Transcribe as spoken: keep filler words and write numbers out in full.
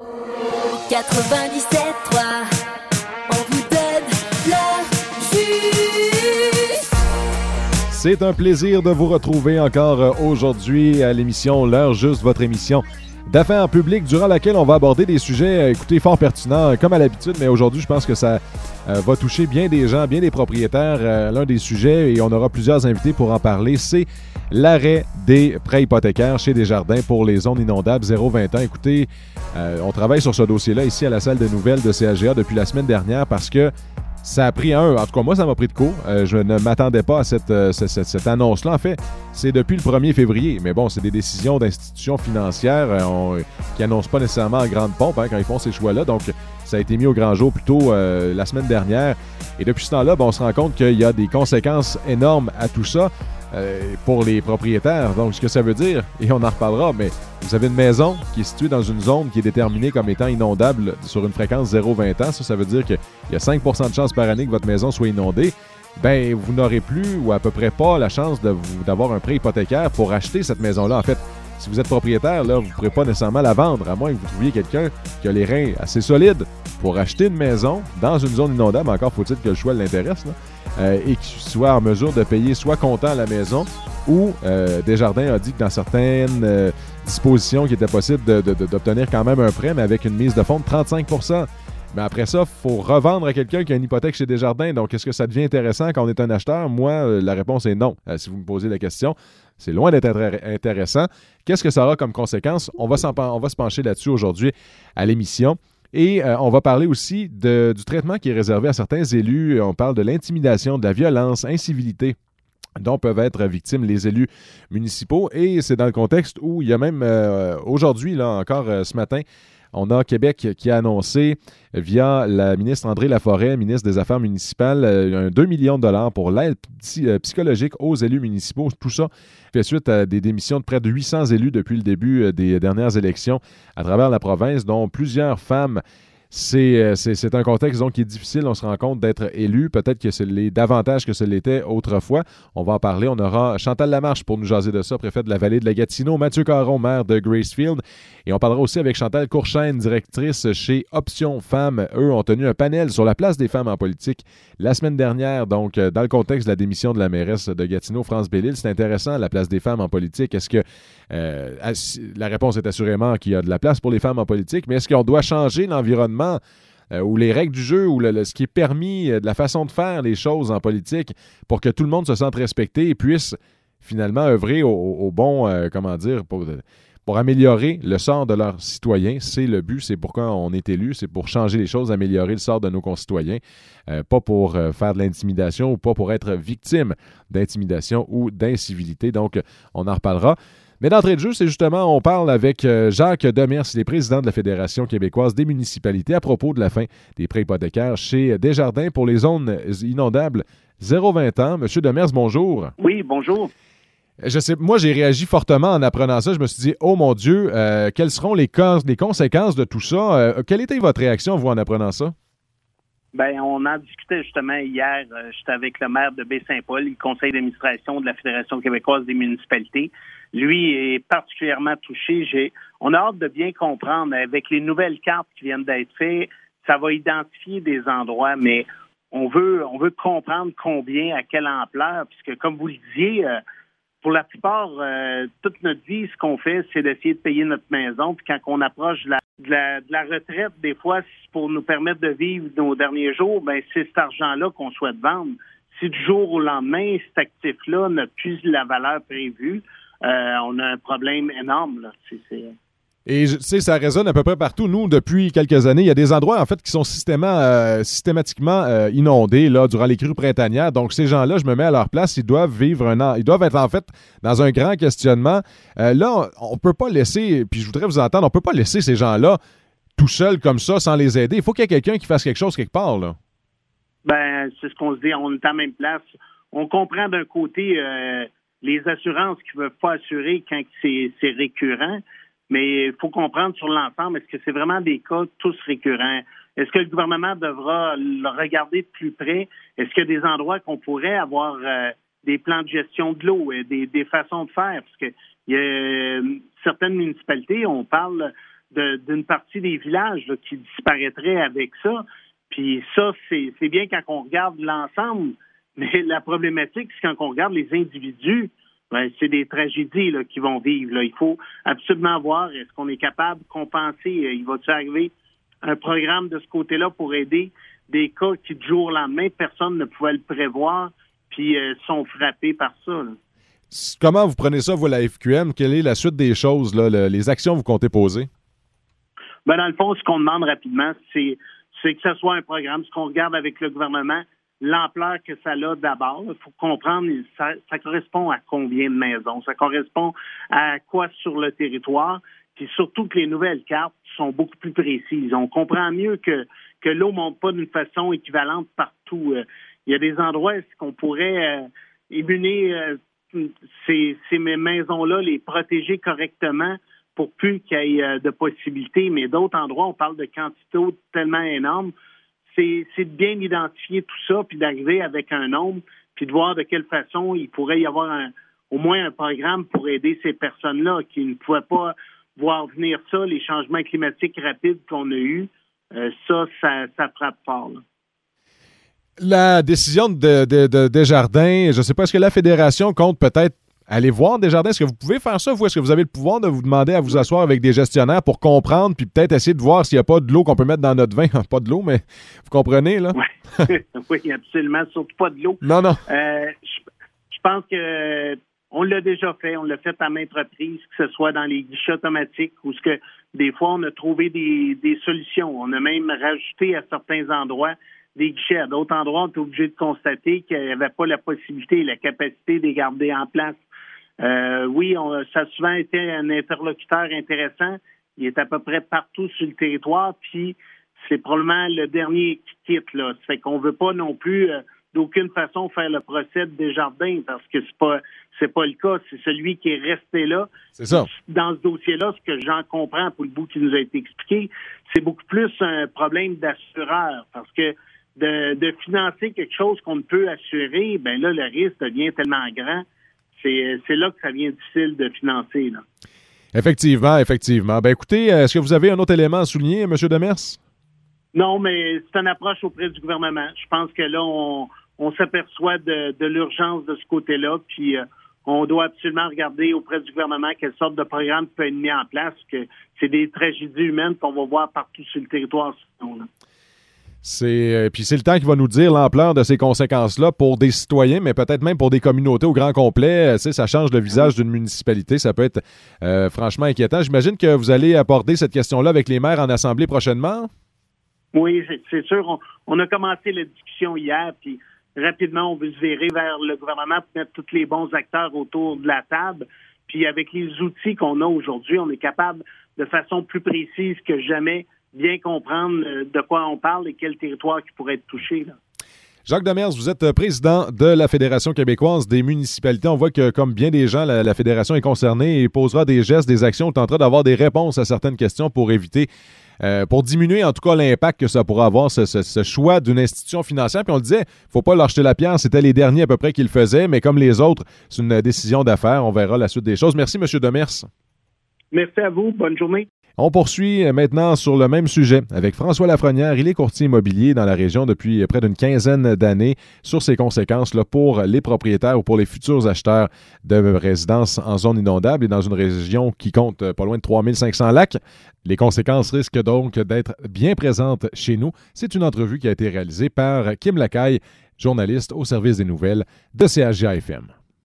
quatre-vingt-dix-sept trois, on vous donne l'heure juste. C'est un plaisir de vous retrouver encore aujourd'hui à l'émission L'heure juste, votre émission d'affaires publiques durant laquelle on va aborder des sujets, écoutez, fort pertinents comme à l'habitude, mais aujourd'hui, je pense que ça euh, va toucher bien des gens, bien des propriétaires. Euh, l'un des sujets, et on aura plusieurs invités pour en parler, c'est l'arrêt des prêts hypothécaires chez Desjardins pour les zones inondables zéro vingt ans. Écoutez, euh, on travaille sur ce dossier-là ici à la salle de nouvelles de C A G A depuis la semaine dernière parce que ça a pris un, en tout cas moi ça m'a pris de court, euh, je ne m'attendais pas à cette, euh, cette, cette, cette annonce-là. En fait, c'est depuis le premier février, mais bon, c'est des décisions d'institutions financières euh, on, qui n'annoncent pas nécessairement en grande pompe hein, quand ils font ces choix-là, donc ça a été mis au grand jour plutôt euh, la semaine dernière. Et depuis ce temps-là, ben, on se rend compte qu'il y a des conséquences énormes à tout ça euh, pour les propriétaires. Donc ce que ça veut dire, et on en reparlera, mais vous avez une maison qui est située dans une zone qui est déterminée comme étant inondable sur une fréquence zéro vingt ans. Ça, ça veut dire qu'il y a cinq pour cent de chances par année que votre maison soit inondée. Ben, vous n'aurez plus ou à peu près pas la chance de vous, d'avoir un prêt hypothécaire pour acheter cette maison-là. En fait, si vous êtes propriétaire, là, vous ne pourrez pas nécessairement la vendre, à moins que vous trouviez quelqu'un qui a les reins assez solides pour acheter une maison dans une zone inondable. Encore faut-il que le choix l'intéresse, là, euh, et qu'il soit en mesure de payer soit comptant à la maison ou euh, Desjardins a dit que dans certaines euh, dispositions qu'il était possible de, de, de, d'obtenir quand même un prêt, mais avec une mise de fonds de trente-cinq pour cent. Mais après ça, il faut revendre à quelqu'un qui a une hypothèque chez Desjardins. Donc, est-ce que ça devient intéressant quand on est un acheteur? Moi, euh, la réponse est non, euh, si vous me posez la question. C'est loin d'être intéressant. Qu'est-ce que ça aura comme conséquence? On va, s'en, on va se pencher là-dessus aujourd'hui à l'émission. Et euh, on va parler aussi de, du traitement qui est réservé à certains élus. On parle de l'intimidation, de la violence, incivilité dont peuvent être victimes les élus municipaux. Et c'est dans le contexte où il y a même euh, aujourd'hui, là encore euh, ce matin, on a Québec qui a annoncé via la ministre André Laforêt, ministre des Affaires municipales, un deux millions de dollars pour l'aide psychologique aux élus municipaux. Tout ça fait suite à des démissions de près de huit cents élus depuis le début des dernières élections à travers la province, dont plusieurs femmes. C'est, c'est, c'est un contexte donc, qui est difficile, on se rend compte, d'être élu. Peut-être que c'est les, davantage que ce l'était autrefois. On va en parler. On aura Chantal Lamarche pour nous jaser de ça, préfète de la vallée de la Gatineau, Mathieu Caron, maire de Gracefield. Et on parlera aussi avec Chantal Courchaine, directrice chez Option Femmes. Eux ont tenu un panel sur la place des femmes en politique la semaine dernière, donc dans le contexte de la démission de la mairesse de Gatineau, France Bellil. C'est intéressant, la place des femmes en politique. Est-ce que euh, la réponse est assurément qu'il y a de la place pour les femmes en politique, mais est-ce qu'on doit changer l'environnement euh, ou les règles du jeu ou le, le, ce qui est permis euh, de la façon de faire les choses en politique pour que tout le monde se sente respecté et puisse finalement œuvrer au, au bon, euh, comment dire, pour... pour améliorer le sort de leurs citoyens. C'est le but, c'est pourquoi on est élu, c'est pour changer les choses, améliorer le sort de nos concitoyens, euh, pas pour euh, faire de l'intimidation ou pas pour être victime d'intimidation ou d'incivilité. Donc, on en reparlera. Mais d'entrée de jeu, c'est justement, on parle avec euh, Jacques Demers, il est président de la Fédération québécoise des municipalités à propos de la fin des prêts hypothécaires chez Desjardins pour les zones inondables zéro vingt ans. Monsieur Demers, bonjour. Oui, bonjour. Je sais, moi, j'ai réagi fortement en apprenant ça. Je me suis dit, oh mon Dieu, euh, quelles seront les, cons- les conséquences de tout ça? Euh, quelle était votre réaction, vous, en apprenant ça? Bien, on en discutait justement hier. Euh, j'étais avec le maire de Baie-Saint-Paul, le conseil d'administration de la Fédération québécoise des municipalités. Lui est particulièrement touché. J'ai, on a hâte de bien comprendre. Avec les nouvelles cartes qui viennent d'être faites, ça va identifier des endroits, mais on veut, on veut comprendre combien, à quelle ampleur, puisque comme vous le disiez, euh, pour la plupart, euh, toute notre vie, ce qu'on fait, c'est d'essayer de payer notre maison. Puis quand on approche de la, de la, de la retraite, des fois, pour nous permettre de vivre nos derniers jours, ben c'est cet argent-là qu'on souhaite vendre. Si du jour au lendemain, cet actif-là n'a plus la valeur prévue, euh, on a un problème énorme, là. C'est, c'est... Et tu sais, ça résonne à peu près partout. Nous, depuis quelques années, il y a des endroits, en fait, qui sont systématiquement, euh, systématiquement euh, inondés là, durant les crues printanières. Donc, ces gens-là, je me mets à leur place, ils doivent vivre un an. Ils doivent être, en fait, dans un grand questionnement. Euh, là, on ne peut pas laisser, puis je voudrais vous entendre, on ne peut pas laisser ces gens-là tout seuls comme ça, sans les aider. Il faut qu'il y ait quelqu'un qui fasse quelque chose quelque part, là. Ben, c'est ce qu'on se dit. On est à la même place. On comprend d'un côté euh, les assurances qui ne veulent pas assurer quand c'est, c'est récurrent. Mais il faut comprendre sur l'ensemble, est-ce que c'est vraiment des cas tous récurrents? Est-ce que le gouvernement devra le regarder de plus près? Est-ce qu'il y a des endroits qu'on pourrait avoir euh, des plans de gestion de l'eau, et des, des façons de faire? Parce que il y a euh, certaines municipalités, on parle de, d'une partie des villages là, qui disparaîtraient avec ça. Puis ça, c'est, c'est bien quand on regarde l'ensemble, mais la problématique, c'est quand on regarde les individus, ben, c'est des tragédies là, qu'ils vont vivre. Là. Il faut absolument voir, est-ce qu'on est capable de compenser, il va-t-il arriver un programme de ce côté-là pour aider des cas qui, du jour au lendemain, personne ne pouvait le prévoir, puis euh, sont frappés par ça. Là. Comment vous prenez ça, vous, la F Q M? Quelle est la suite des choses, là, le, les actions que vous comptez poser? Ben, dans le fond, ce qu'on demande rapidement, c'est, c'est que ce soit un programme, ce qu'on regarde avec le gouvernement, l'ampleur que ça a d'abord. Il faut comprendre, ça, ça correspond à combien de maisons, ça correspond à quoi sur le territoire, puis surtout que les nouvelles cartes sont beaucoup plus précises. On comprend mieux que, que l'eau ne monte pas d'une façon équivalente partout. Il y a des endroits où on pourrait euh, émuner euh, ces, ces maisons-là, les protéger correctement pour plus qu'il y ait euh, de possibilités. Mais d'autres endroits, on parle de quantités d'eau tellement énormes. C'est, c'est de bien identifier tout ça, puis d'arriver avec un nombre, puis de voir de quelle façon il pourrait y avoir un, au moins un programme pour aider ces personnes-là qui ne pouvaient pas voir venir ça, les changements climatiques rapides qu'on a eus. Euh, ça, ça, ça frappe fort. Là. La décision de, de, de Desjardins, je ne sais pas, est-ce que la Fédération compte peut-être aller voir Desjardins? Est-ce que vous pouvez faire ça, vous? Est-ce que vous avez le pouvoir de vous demander à vous asseoir avec des gestionnaires pour comprendre, puis peut-être essayer de voir s'il n'y a pas de l'eau qu'on peut mettre dans notre vin? Pas de l'eau, mais vous comprenez, là? Oui, oui, absolument. Surtout pas de l'eau. Non, non. Euh, je, je pense que on l'a déjà fait. On l'a fait à maintes reprises, que ce soit dans les guichets automatiques ou ce que des fois, on a trouvé des, des solutions. On a même rajouté à certains endroits des guichets. À d'autres endroits, on est obligé de constater qu'il n'y avait pas la possibilité et la capacité de les garder en place. Euh, oui, on, ça a souvent été un interlocuteur intéressant. Il est à peu près partout sur le territoire, puis c'est probablement le dernier qui quitte, là. Ça fait qu'on veut pas non plus euh, d'aucune façon faire le procès de Desjardins, parce que c'est pas c'est pas le cas. C'est celui qui est resté là. C'est ça. Dans ce dossier-là, ce que j'en comprends pour le bout qui nous a été expliqué, c'est beaucoup plus un problème d'assureur, parce que de, de financer quelque chose qu'on ne peut assurer, ben là, le risque devient tellement grand. C'est, c'est là que ça devient difficile de financer, là. Effectivement, effectivement. Ben écoutez, est-ce que vous avez un autre élément à souligner, M. Demers? Non, mais c'est une approche auprès du gouvernement. Je pense que là, on, on s'aperçoit de, de l'urgence de ce côté-là, puis euh, on doit absolument regarder auprès du gouvernement quelle sorte de programme peut être mis en place, que c'est des tragédies humaines qu'on va voir partout sur le territoire. Sinon, là. C'est, euh, puis c'est le temps qui va nous dire l'ampleur de ces conséquences-là pour des citoyens, mais peut-être même pour des communautés au grand complet. Euh, ça change le visage d'une municipalité. Ça peut être euh, franchement inquiétant. J'imagine que vous allez aborder cette question-là avec les maires en assemblée prochainement. Oui, c'est, c'est sûr. On, on a commencé la discussion hier, puis rapidement, on veut se virer vers le gouvernement pour mettre tous les bons acteurs autour de la table. Puis avec les outils qu'on a aujourd'hui, on est capable, de façon plus précise que jamais, bien comprendre de quoi on parle et quel territoire qui pourrait être touché, là. Jacques Demers, vous êtes président de la Fédération québécoise des municipalités. On voit que, comme bien des gens, la, la Fédération est concernée et posera des gestes, des actions, tentera d'avoir des réponses à certaines questions pour éviter, euh, pour diminuer en tout cas l'impact que ça pourra avoir, ce, ce, ce choix d'une institution financière. Puis on le disait, faut pas leur jeter la pierre, c'était les derniers à peu près qui le faisaient, mais comme les autres, c'est une décision d'affaires. On verra la suite des choses. Merci, M. Demers. Merci à vous. Bonne journée. On poursuit maintenant sur le même sujet avec François Lafrenière. Il est courtier immobilier dans la région depuis près d'une quinzaine d'années sur ses conséquences là, pour les propriétaires ou pour les futurs acheteurs de résidences en zone inondable et dans une région qui compte pas loin de trois mille cinq cents lacs. Les conséquences risquent donc d'être bien présentes chez nous. C'est une entrevue qui a été réalisée par Kim Lacaille, journaliste au service des nouvelles de C H J A F M.